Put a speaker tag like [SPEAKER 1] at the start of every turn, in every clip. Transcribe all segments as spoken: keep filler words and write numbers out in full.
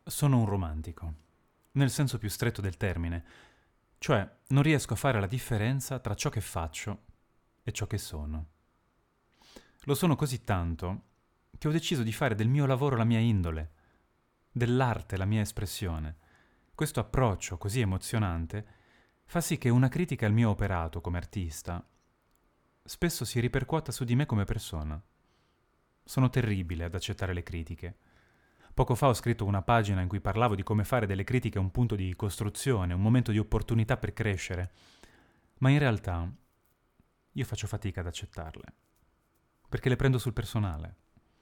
[SPEAKER 1] Sono un romantico, nel senso più stretto del termine, cioè non riesco a fare la differenza tra ciò che faccio e ciò che sono. Lo sono così tanto che ho deciso di fare del mio lavoro la mia indole, dell'arte la mia espressione. Questo approccio così emozionante fa sì che una critica al mio operato come artista spesso si ripercuota su di me come persona. Sono terribile ad accettare le critiche. Poco fa ho scritto una pagina in cui parlavo di come fare delle critiche un punto di costruzione, un momento di opportunità per crescere, ma in realtà io faccio fatica ad accettarle, perché le prendo sul personale.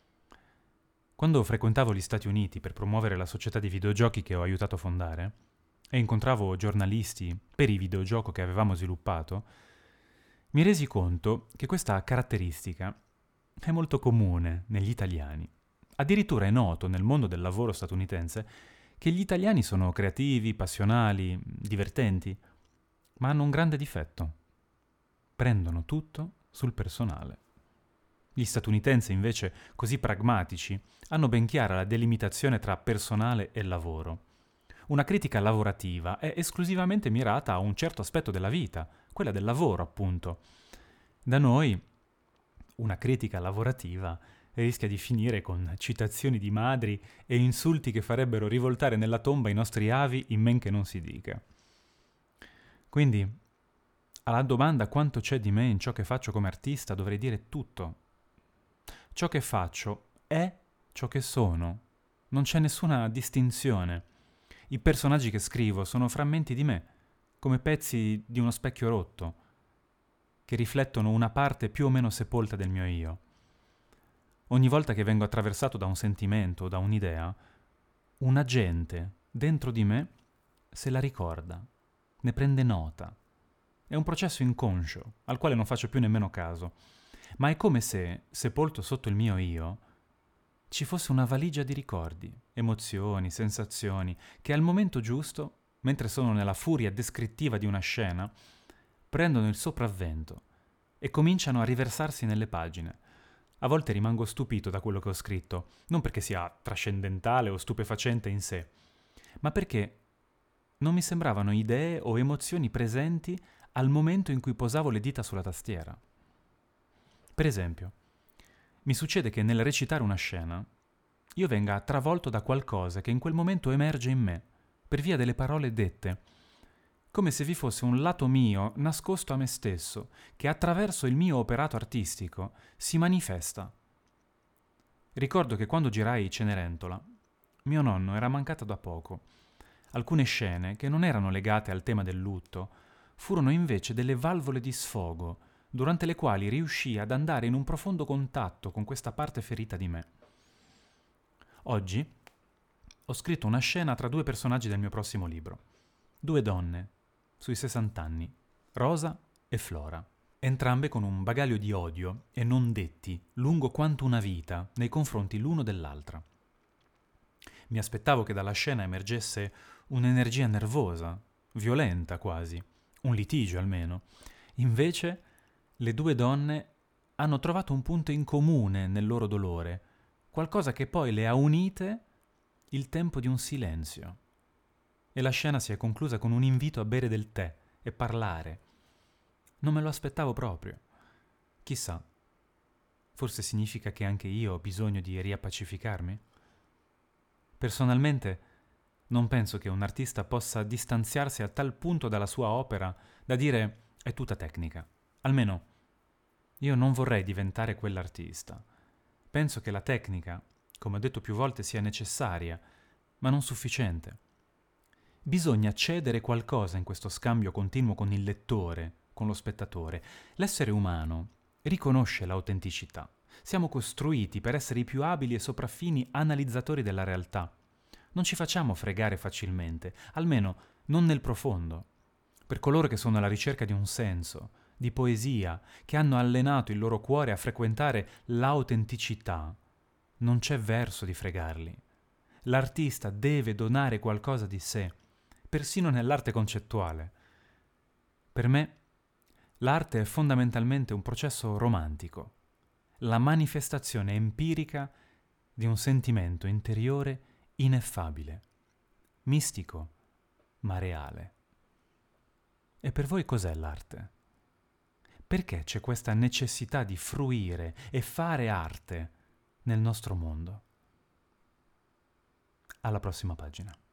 [SPEAKER 1] Quando frequentavo gli Stati Uniti per promuovere la società di videogiochi che ho aiutato a fondare, e incontravo giornalisti per il videogioco che avevamo sviluppato, mi resi conto che questa caratteristica è molto comune negli italiani. Addirittura è noto nel mondo del lavoro statunitense che gli italiani sono creativi, passionali, divertenti, ma hanno un grande difetto. Prendono tutto sul personale. Gli statunitensi, invece, così pragmatici, hanno ben chiara la delimitazione tra personale e lavoro. Una critica lavorativa è esclusivamente mirata a un certo aspetto della vita, quella del lavoro, appunto. Da noi, una critica lavorativa rischia di finire con citazioni di madri e insulti che farebbero rivoltare nella tomba i nostri avi in men che non si dica. Quindi, alla domanda quanto c'è di me in ciò che faccio come artista, dovrei dire tutto. Ciò che faccio è ciò che sono. Non c'è nessuna distinzione. I personaggi che scrivo sono frammenti di me, come pezzi di uno specchio rotto, che riflettono una parte più o meno sepolta del mio io. Ogni volta che vengo attraversato da un sentimento o da un'idea, un agente dentro di me se la ricorda, ne prende nota. È un processo inconscio, al quale non faccio più nemmeno caso, ma è come se, sepolto sotto il mio io, ci fosse una valigia di ricordi, emozioni, sensazioni, che al momento giusto, mentre sono nella furia descrittiva di una scena, prendono il sopravvento e cominciano a riversarsi nelle pagine. A volte rimango stupito da quello che ho scritto, non perché sia trascendentale o stupefacente in sé, ma perché non mi sembravano idee o emozioni presenti al momento in cui posavo le dita sulla tastiera. Per esempio, mi succede che nel recitare una scena io venga travolto da qualcosa che in quel momento emerge in me, per via delle parole dette, come se vi fosse un lato mio nascosto a me stesso, che attraverso il mio operato artistico si manifesta. Ricordo che quando girai Cenerentola, mio nonno era mancato da poco. Alcune scene, che non erano legate al tema del lutto, furono invece delle valvole di sfogo, durante le quali riuscii ad andare in un profondo contatto con questa parte ferita di me. Oggi ho scritto una scena tra due personaggi del mio prossimo libro. Due donne, sui sessant'anni, Rosa e Flora, entrambe con un bagaglio di odio e non detti, lungo quanto una vita, nei confronti l'uno dell'altra. Mi aspettavo che dalla scena emergesse un'energia nervosa, violenta quasi, un litigio almeno. Invece, le due donne hanno trovato un punto in comune nel loro dolore, qualcosa che poi le ha unite il tempo di un silenzio. E la scena si è conclusa con un invito a bere del tè e parlare. Non me lo aspettavo proprio. Chissà, forse significa che anche io ho bisogno di riappacificarmi? Personalmente, non penso che un artista possa distanziarsi a tal punto dalla sua opera da dire è tutta tecnica. Almeno, io non vorrei diventare quell'artista. Penso che la tecnica, come ho detto più volte, sia necessaria, ma non sufficiente. Bisogna cedere qualcosa in questo scambio continuo con il lettore, con lo spettatore. L'essere umano riconosce l'autenticità. Siamo costruiti per essere i più abili e sopraffini analizzatori della realtà. Non ci facciamo fregare facilmente, almeno non nel profondo. Per coloro che sono alla ricerca di un senso, di poesia, che hanno allenato il loro cuore a frequentare l'autenticità, non c'è verso di fregarli. L'artista deve donare qualcosa di sé, persino nell'arte concettuale. Per me, l'arte è fondamentalmente un processo romantico, la manifestazione empirica di un sentimento interiore ineffabile. mistico, ma reale. E per voi cos'è l'arte? Perché c'è questa necessità di fruire e fare arte nel nostro mondo? Alla prossima pagina.